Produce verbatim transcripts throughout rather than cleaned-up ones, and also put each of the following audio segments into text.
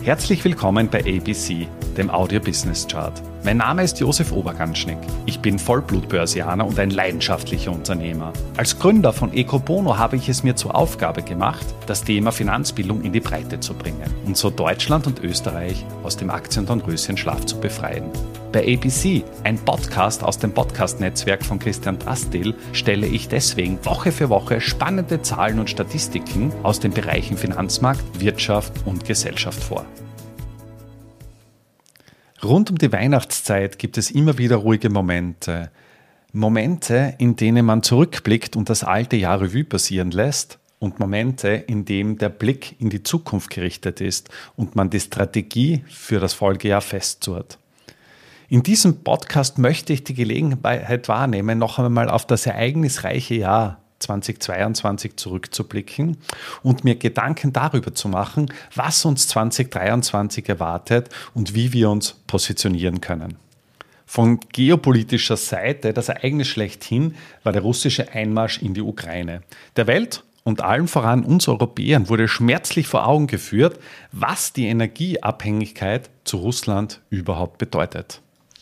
Herzlich willkommen bei A B C, dem Audio Business Chart. Mein Name ist Josef Oberganschnick. Ich bin Vollblut-Börsianer und ein leidenschaftlicher Unternehmer. Als Gründer von Ecobono habe ich es mir zur Aufgabe gemacht, das Thema Finanzbildung in die Breite zu bringen und so Deutschland und Österreich aus dem Aktien-Dornröschen-Schlaf zu befreien. Bei A B C, ein Podcast aus dem Podcast-Netzwerk von Christian Drastil, stelle ich deswegen Woche für Woche spannende Zahlen und Statistiken aus den Bereichen Finanzmarkt, Wirtschaft und Gesellschaft vor. Rund um die Weihnachtszeit gibt es immer wieder ruhige Momente. Momente, in denen man zurückblickt und das alte Jahr Revue passieren lässt und Momente, in denen der Blick in die Zukunft gerichtet ist und man die Strategie für das Folgejahr festzurrt. In diesem Podcast möchte ich die Gelegenheit wahrnehmen, noch einmal auf das ereignisreiche Jahr zweitausendzweiundzwanzig zurückzublicken und mir Gedanken darüber zu machen, was uns zweitausenddreiundzwanzig erwartet und wie wir uns positionieren können. Von geopolitischer Seite das Ereignis schlechthin war der russische Einmarsch in die Ukraine. Der Welt und allen voran uns Europäern wurde schmerzlich vor Augen geführt, was die Energieabhängigkeit zu Russland überhaupt bedeutet.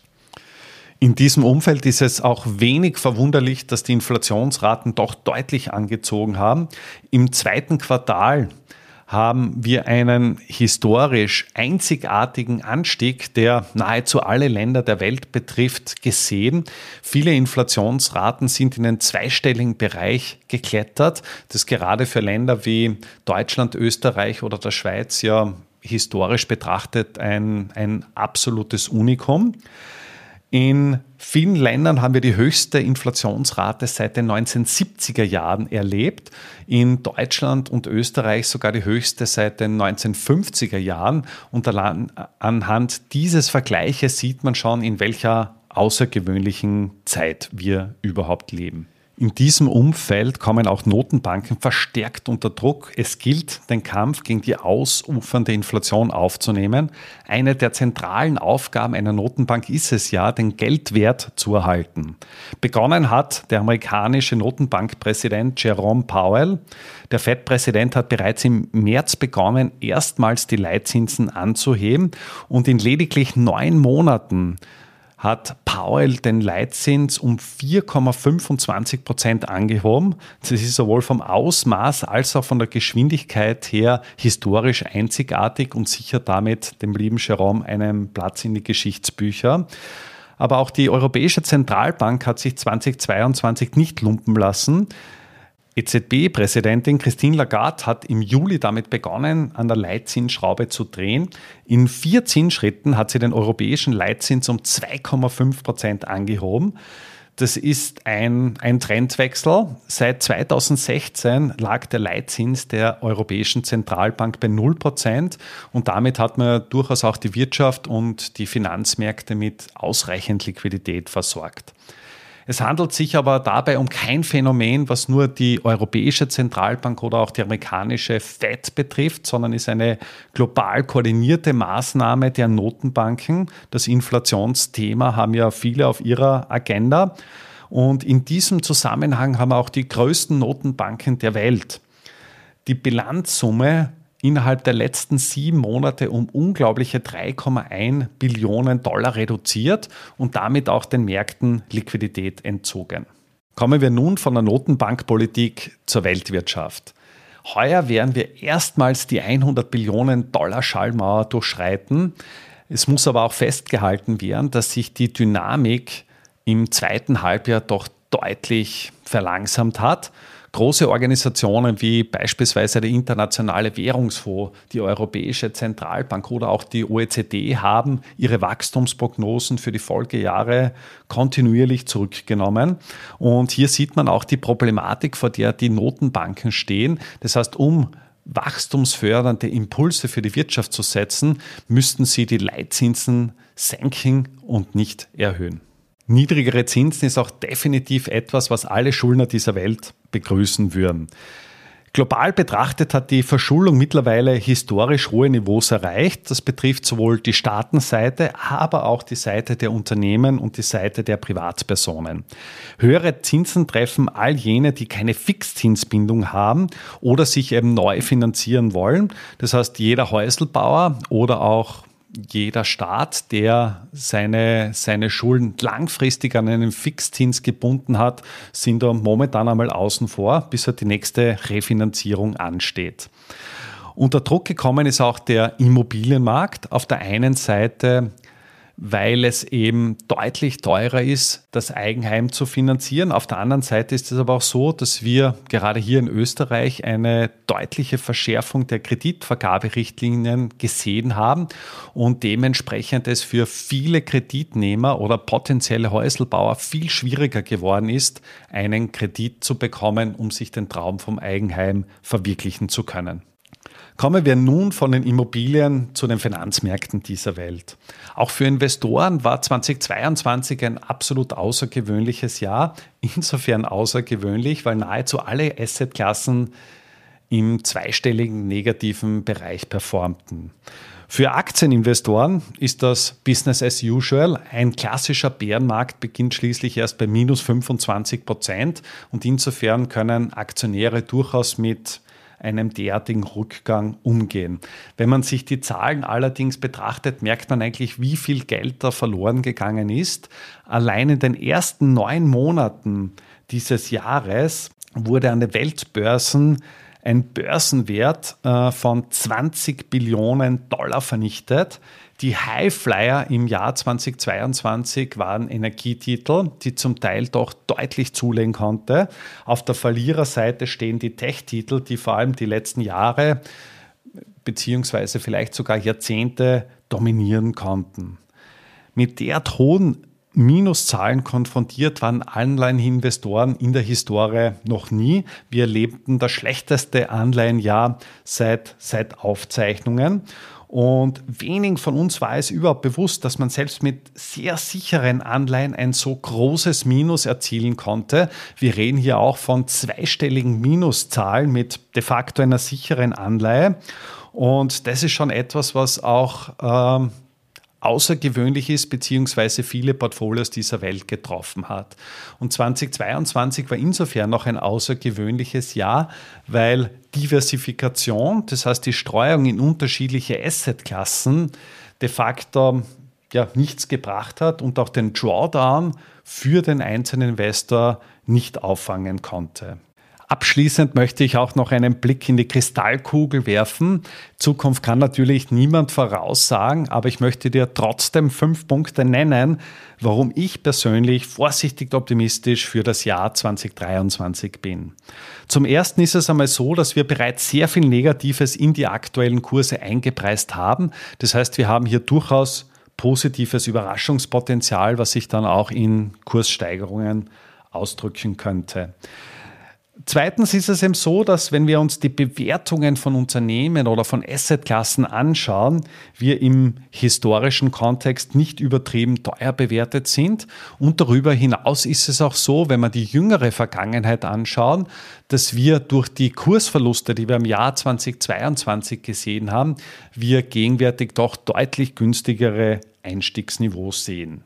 In diesem Umfeld ist es auch wenig verwunderlich, dass die Inflationsraten doch deutlich angezogen haben. Im zweiten Quartal haben wir einen historisch einzigartigen Anstieg, der nahezu alle Länder der Welt betrifft, gesehen. Viele Inflationsraten sind in den zweistelligen Bereich geklettert. Das ist gerade für Länder wie Deutschland, Österreich oder der Schweiz ja historisch betrachtet ein, ein absolutes Unikum. In vielen Ländern haben wir die höchste Inflationsrate seit den neunzehnhundertsiebziger Jahren erlebt. In Deutschland und Österreich sogar die höchste seit den neunzehnhundertfünfziger Jahren. Und anhand dieses Vergleiches sieht man schon, in welcher außergewöhnlichen Zeit wir überhaupt leben. In diesem Umfeld kommen auch Notenbanken verstärkt unter Druck. Es gilt, den Kampf gegen die ausufernde Inflation aufzunehmen. Eine der zentralen Aufgaben einer Notenbank ist es ja, den Geldwert zu erhalten. Begonnen hat der amerikanische Notenbankpräsident Jerome Powell. Der Fed-Präsident hat bereits im März begonnen, erstmals die Leitzinsen anzuheben und in lediglich neun Monaten hat Powell den Leitzins um vier Komma fünfundzwanzig Prozent angehoben. Das ist sowohl vom Ausmaß als auch von der Geschwindigkeit her historisch einzigartig und sichert damit dem lieben Jerome einen Platz in die Geschichtsbücher. Aber auch die Europäische Zentralbank hat sich zweitausendzweiundzwanzig nicht lumpen lassen. E Z B-Präsidentin Christine Lagarde hat im Juli damit begonnen, an der Leitzinsschraube zu drehen. In vier Zinsschritten hat sie den europäischen Leitzins um zwei Komma fünf Prozent angehoben. Das ist ein, ein Trendwechsel. Seit zweitausendsechzehn lag der Leitzins der Europäischen Zentralbank bei null Prozent und damit hat man durchaus auch die Wirtschaft und die Finanzmärkte mit ausreichend Liquidität versorgt. Es handelt sich aber dabei um kein Phänomen, was nur die Europäische Zentralbank oder auch die amerikanische Fed betrifft, sondern ist eine global koordinierte Maßnahme der Notenbanken. Das Inflationsthema haben ja viele auf ihrer Agenda. Und in diesem Zusammenhang haben auch die größten Notenbanken der Welt die Bilanzsumme innerhalb der letzten sieben Monate um unglaubliche drei Komma eins Billionen Dollar reduziert und damit auch den Märkten Liquidität entzogen. Kommen wir nun von der Notenbankpolitik zur Weltwirtschaft. Heuer werden wir erstmals die hundert Billionen Dollar Schallmauer durchschreiten. Es muss aber auch festgehalten werden, dass sich die Dynamik im zweiten Halbjahr doch deutlich verlangsamt hat. Große Organisationen wie beispielsweise der Internationale Währungsfonds, die Europäische Zentralbank oder auch die O E C D haben ihre Wachstumsprognosen für die Folgejahre kontinuierlich zurückgenommen. Und hier sieht man auch die Problematik, vor der die Notenbanken stehen. Das heißt, um wachstumsfördernde Impulse für die Wirtschaft zu setzen, müssten sie die Leitzinsen senken und nicht erhöhen. Niedrigere Zinsen ist auch definitiv etwas, was alle Schuldner dieser Welt begrüßen würden. Global betrachtet hat die Verschuldung mittlerweile historisch hohe Niveaus erreicht. Das betrifft sowohl die Staatenseite, aber auch die Seite der Unternehmen und die Seite der Privatpersonen. Höhere Zinsen treffen all jene, die keine Fixzinsbindung haben oder sich eben neu finanzieren wollen. Das heißt, jeder Häuselbauer oder auch jeder Staat, der seine, seine Schulden langfristig an einen Fixzins gebunden hat, sind da momentan einmal außen vor, bis halt die nächste Refinanzierung ansteht. Unter Druck gekommen ist auch der Immobilienmarkt. Auf der einen Seite, weil es eben deutlich teurer ist, das Eigenheim zu finanzieren. Auf der anderen Seite ist es aber auch so, dass wir gerade hier in Österreich eine deutliche Verschärfung der Kreditvergaberichtlinien gesehen haben und dementsprechend es für viele Kreditnehmer oder potenzielle Häuselbauer viel schwieriger geworden ist, einen Kredit zu bekommen, um sich den Traum vom Eigenheim verwirklichen zu können. Kommen wir nun von den Immobilien zu den Finanzmärkten dieser Welt. Auch für Investoren war zweitausendzweiundzwanzig ein absolut außergewöhnliches Jahr. Insofern außergewöhnlich, weil nahezu alle Assetklassen im zweistelligen negativen Bereich performten. Für Aktieninvestoren ist das Business as usual. Ein klassischer Bärenmarkt beginnt schließlich erst bei minus fünfundzwanzig Prozent und insofern können Aktionäre durchaus mit einem derartigen Rückgang umgehen. Wenn man sich die Zahlen allerdings betrachtet, merkt man eigentlich, wie viel Geld da verloren gegangen ist. Allein in den ersten neun Monaten dieses Jahres wurde an den Weltbörsen ein Börsenwert äh, von zwanzig Billionen Dollar vernichtet. Die Highflyer im Jahr zweitausendzweiundzwanzig waren Energietitel, die zum Teil doch deutlich zulegen konnte. Auf der Verliererseite stehen die Tech-Titel, die vor allem die letzten Jahre beziehungsweise vielleicht sogar Jahrzehnte dominieren konnten. Mit derart hohen Minuszahlen konfrontiert waren Anleiheninvestoren in der Historie noch nie. Wir erlebten das schlechteste Anleihenjahr seit, seit Aufzeichnungen. Und wenigen von uns war es überhaupt bewusst, dass man selbst mit sehr sicheren Anleihen ein so großes Minus erzielen konnte. Wir reden hier auch von zweistelligen Minuszahlen mit de facto einer sicheren Anleihe. Und das ist schon etwas, was auch ähm, außergewöhnlich ist, beziehungsweise viele Portfolios dieser Welt getroffen hat. Und zweitausendzweiundzwanzig war insofern noch ein außergewöhnliches Jahr, weil Diversifikation, das heißt die Streuung in unterschiedliche Assetklassen, de facto ja, nichts gebracht hat und auch den Drawdown für den einzelnen Investor nicht auffangen konnte. Abschließend möchte ich auch noch einen Blick in die Kristallkugel werfen. Zukunft kann natürlich niemand voraussagen, aber ich möchte dir trotzdem fünf Punkte nennen, warum ich persönlich vorsichtig optimistisch für das Jahr zweitausenddreiundzwanzig bin. Zum Ersten ist es einmal so, dass wir bereits sehr viel Negatives in die aktuellen Kurse eingepreist haben. Das heißt, wir haben hier durchaus positives Überraschungspotenzial, was sich dann auch in Kurssteigerungen ausdrücken könnte. Zweitens ist es eben so, dass wenn wir uns die Bewertungen von Unternehmen oder von Assetklassen anschauen, wir im historischen Kontext nicht übertrieben teuer bewertet sind. Und darüber hinaus ist es auch so, wenn wir die jüngere Vergangenheit anschauen, dass wir durch die Kursverluste, die wir im Jahr zweitausendzweiundzwanzig gesehen haben, wir gegenwärtig doch deutlich günstigere Einstiegsniveaus sehen.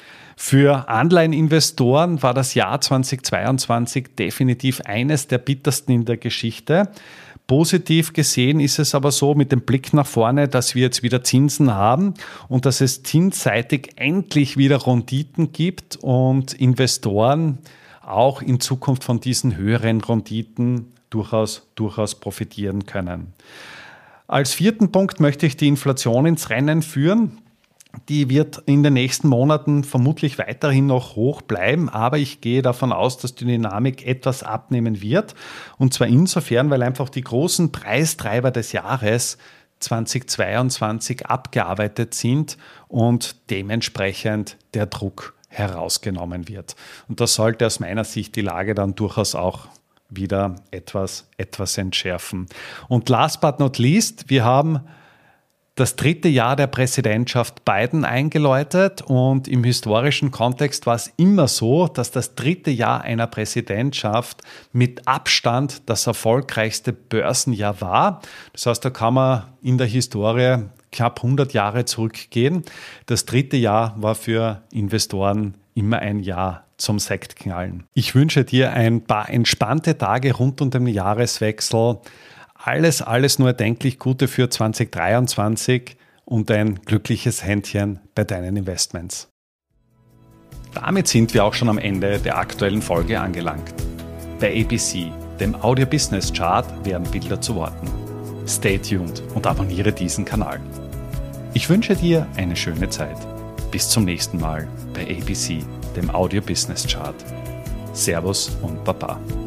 Für Anleiheninvestoren war das Jahr zweitausendzweiundzwanzig definitiv eines der bittersten in der Geschichte. Positiv gesehen ist es aber so mit dem Blick nach vorne, dass wir jetzt wieder Zinsen haben und dass es zinsseitig endlich wieder Renditen gibt und Investoren auch in Zukunft von diesen höheren Renditen durchaus, durchaus profitieren können. Als vierten Punkt möchte ich die Inflation ins Rennen führen. Die wird in den nächsten Monaten vermutlich weiterhin noch hoch bleiben, aber ich gehe davon aus, dass die Dynamik etwas abnehmen wird. Und zwar insofern, weil einfach die großen Preistreiber des Jahres zweitausendzweiundzwanzig abgearbeitet sind und dementsprechend der Druck herausgenommen wird. Und das sollte aus meiner Sicht die Lage dann durchaus auch wieder etwas, etwas entschärfen. Und last but not least, wir haben das dritte Jahr der Präsidentschaft Biden eingeläutet und im historischen Kontext war es immer so, dass das dritte Jahr einer Präsidentschaft mit Abstand das erfolgreichste Börsenjahr war. Das heißt, da kann man in der Historie knapp hundert Jahre zurückgehen. Das dritte Jahr war für Investoren immer ein Jahr zum Sektknallen. Ich wünsche dir ein paar entspannte Tage rund um den Jahreswechsel. Alles, alles nur erdenklich Gute für zwanzig dreiundzwanzig und ein glückliches Händchen bei deinen Investments. Damit sind wir auch schon am Ende der aktuellen Folge angelangt. Bei A B C, dem Audio Business Chart, werden Bilder zu Worten. Stay tuned und abonniere diesen Kanal. Ich wünsche dir eine schöne Zeit. Bis zum nächsten Mal bei A B C, dem Audio Business Chart. Servus und Baba.